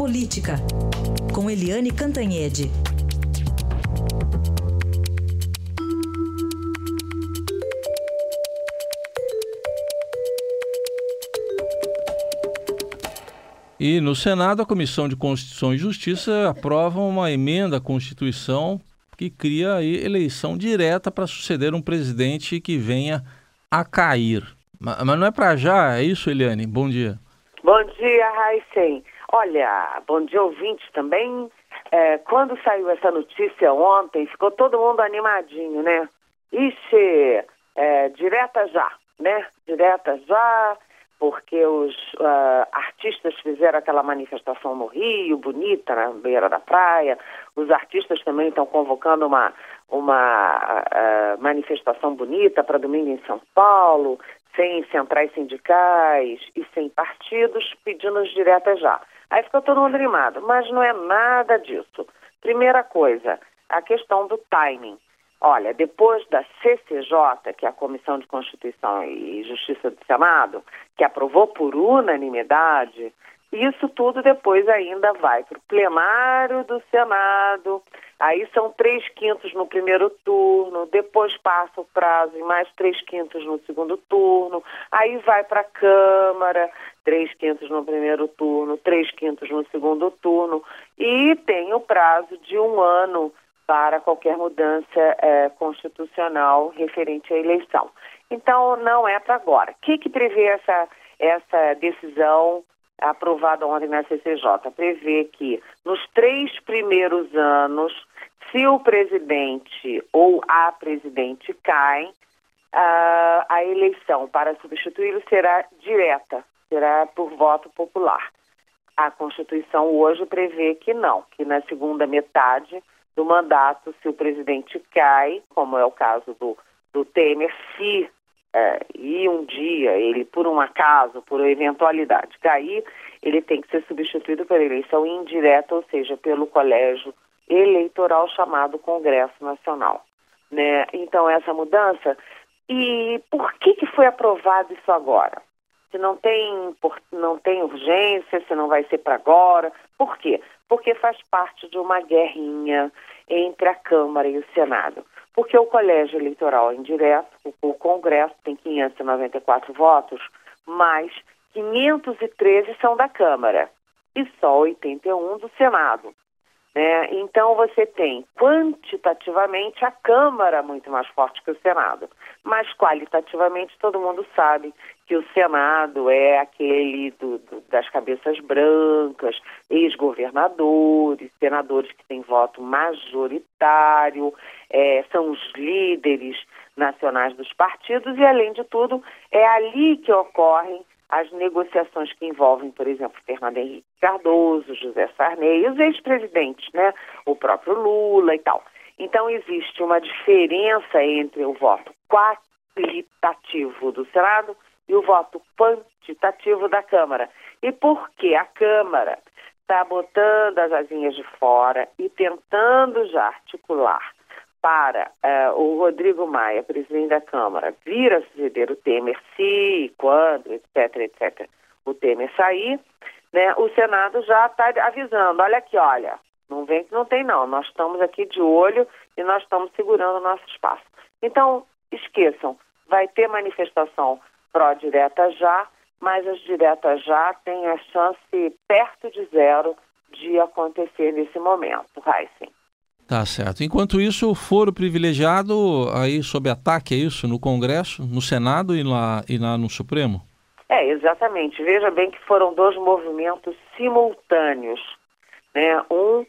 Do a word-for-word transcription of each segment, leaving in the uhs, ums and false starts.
Política, com Eliane Cantanhede. E no Senado, a Comissão de Constituição e Justiça aprova uma emenda à Constituição que cria aí eleição direta para suceder um presidente que venha a cair. Mas não é para já, é isso, Eliane? Bom dia. Bom dia, Raíssen. Olha, bom dia, ouvintes também. É, quando saiu essa notícia ontem, ficou todo mundo animadinho, né? Ixi, é, direta já, né? Direta já, porque os uh, artistas fizeram aquela manifestação no Rio, bonita, na beira da praia. Os artistas também estão convocando uma, uma uh, manifestação bonita para domingo em São Paulo, sem centrais sindicais e sem partidos, pedindo as diretas já. Aí ficou todo mundo animado, mas não é nada disso. Primeira coisa, a questão do timing. Olha, depois da C C J, que é a Comissão de Constituição e Justiça do Senado, que aprovou por unanimidade, isso tudo depois ainda vai para o plenário do Senado. Aí são três quintos no primeiro turno, depois passa o prazo em mais três quintos no segundo turno, aí vai para a Câmara, três quintos no primeiro turno, três quintos no segundo turno, e tem o prazo de um ano para qualquer mudança é, constitucional referente à eleição. Então, não é para agora. O que, que prevê essa, essa decisão aprovada ontem na C C J? Prevê que nos três primeiros anos, se o presidente ou a presidente caem, a, a eleição para substituí-lo será direta, será por voto popular. A Constituição hoje prevê que não, que na segunda metade do mandato, se o presidente cai, como é o caso do, do Temer, se é, e um dia ele, por um acaso, por eventualidade cair, ele tem que ser substituído pela eleição indireta, ou seja, pelo colégio eleitoral chamado Congresso Nacional, né? Então, essa mudança. E por que que foi aprovado isso agora? Se não tem, não tem urgência, se não vai ser para agora. Por quê? Porque faz parte de uma guerrinha entre a Câmara e o Senado. Porque o colégio eleitoral indireto, o Congresso, tem quinhentos e noventa e quatro votos, mas quinhentos e treze são da Câmara e só oitenta e um do Senado, né? Então você tem quantitativamente a Câmara muito mais forte que o Senado, mas qualitativamente todo mundo sabe que o Senado é aquele do, do, das cabeças brancas, ex-governadores, senadores que têm voto majoritário, é, são os líderes nacionais dos partidos e, além de tudo, é ali que ocorrem as negociações que envolvem, por exemplo, Fernando Henrique Cardoso, José Sarney, os ex-presidentes, né? O próprio Lula e tal. Então, existe uma diferença entre o voto qualitativo do Senado e o voto quantitativo da Câmara. E por que a Câmara está botando as asinhas de fora e tentando já articular para uh, o Rodrigo Maia, presidente da Câmara, vir a suceder o Temer, se e quando, etc, etcétera, o Temer sair, né, o Senado já está avisando, olha aqui, olha, não vem que não tem não, nós estamos aqui de olho e nós estamos segurando o nosso espaço. Então, esqueçam, vai ter manifestação pró-direta já, mas as diretas já têm a chance perto de zero de acontecer nesse momento, Raíssen. Tá certo. Enquanto isso, o foro privilegiado aí sob ataque, é isso? No Congresso, no Senado e lá, e lá no Supremo? É, exatamente. Veja bem que foram dois movimentos simultâneos, né? Um,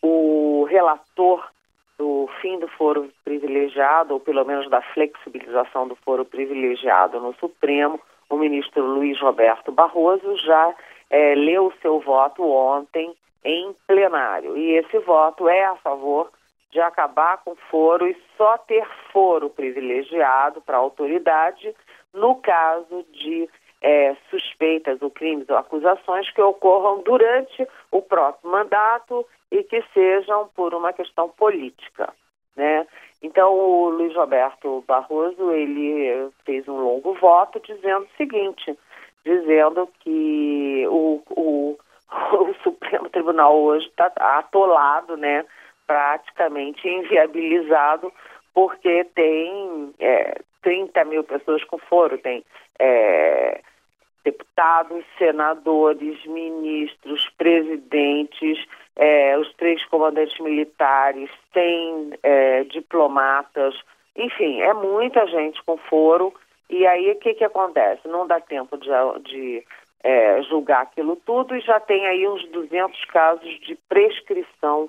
o relator do fim do foro privilegiado, ou pelo menos da flexibilização do foro privilegiado no Supremo, o ministro Luiz Roberto Barroso, já é, leu o seu voto ontem em plenário. E esse voto é a favor de acabar com foro e só ter foro privilegiado para a autoridade no caso de é, suspeitas ou crimes ou acusações que ocorram durante o próprio mandato e que sejam por uma questão política, né? Então, o Luiz Roberto Barroso, ele fez um longo voto dizendo o seguinte, dizendo que o, o, o Supremo Tribunal tribunal hoje está atolado, né, praticamente inviabilizado, porque tem é, trinta mil pessoas com foro, tem é, deputados, senadores, ministros, presidentes, é, os três comandantes militares, tem é, diplomatas, enfim, é muita gente com foro. E aí o que, que acontece? Não dá tempo de, de é, julgar aquilo tudo e já tem aí uns duzentos casos de prescrição,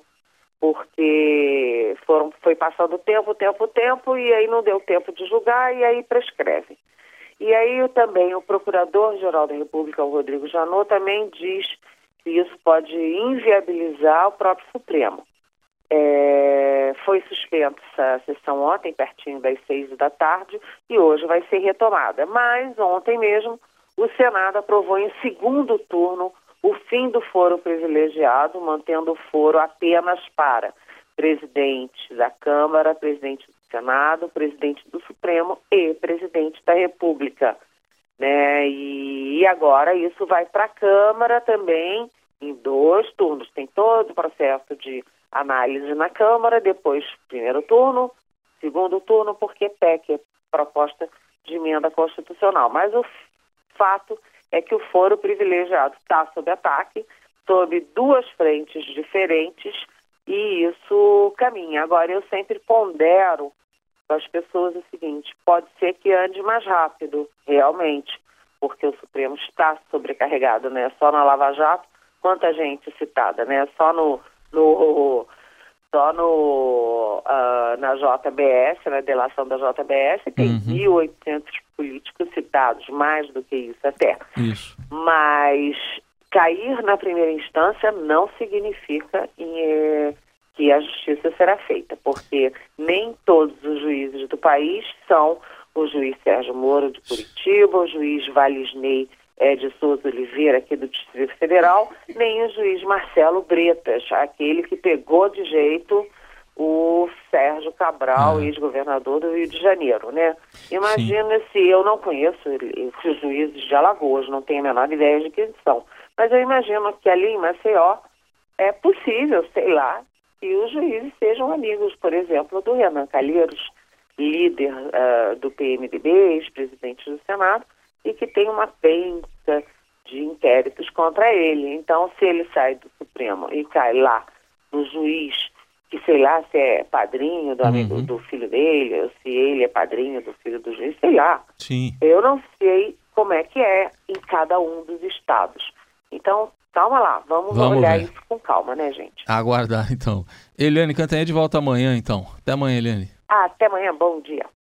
porque foram, foi passando tempo, tempo, tempo, e aí não deu tempo de julgar e aí prescreve. E aí também o Procurador-Geral da República, o Rodrigo Janot, também diz que isso pode inviabilizar o próprio Supremo. É, foi suspensa a sessão ontem, pertinho das seis da tarde, e hoje vai ser retomada. Mas ontem mesmo o Senado aprovou em segundo turno o fim do foro privilegiado, mantendo o foro apenas para presidente da Câmara, presidente do Senado, presidente do Supremo e presidente da República, né? E, e agora isso vai para a Câmara também em dois turnos. Tem todo o processo de análise na Câmara, depois primeiro turno, segundo turno, porque P E C é proposta de emenda constitucional. Mas o fato é que o foro privilegiado está sob ataque, sob duas frentes diferentes, e isso caminha. Agora, eu sempre pondero para as pessoas o seguinte: pode ser que ande mais rápido, realmente, porque o Supremo está sobrecarregado, né? Só na Lava Jato, quanta gente citada, né? Só no, no, só no, uh, na J B S, na delação da J B S, tem uhum. mil e oitocentos políticos citados, mais do que isso até. Isso. Mas cair na primeira instância não significa eh, que a justiça será feita, porque nem todos os juízes do país são o juiz Sérgio Moro de Curitiba, o juiz Valisney é, de Souza Oliveira, aqui do Distrito Federal, nem o juiz Marcelo Bretas, aquele que pegou de jeito o Sérgio Cabral, ah. ex-governador do Rio de Janeiro, né? Imagina Sim. se eu não conheço esses juízes de Alagoas, não tenho a menor ideia de quem são, mas eu imagino que ali em Maceió é possível, sei lá, que os juízes sejam amigos, por exemplo, do Renan Calheiros, líder uh, do P M D B, ex-presidente do Senado, e que tem uma penca de inquéritos contra ele. Então, se ele sai do Supremo e cai lá no juiz, que sei lá se é padrinho do amigo uhum. do filho dele, ou se ele é padrinho do filho do juiz, sei lá. Sim. Eu não sei como é que é em cada um dos estados. Então, calma lá, vamos, vamos olhar ver. Isso com calma, né, gente? Aguardar, então. Eliane Cantanhede volta amanhã, então. Até amanhã, Eliane. Ah, até amanhã, bom dia.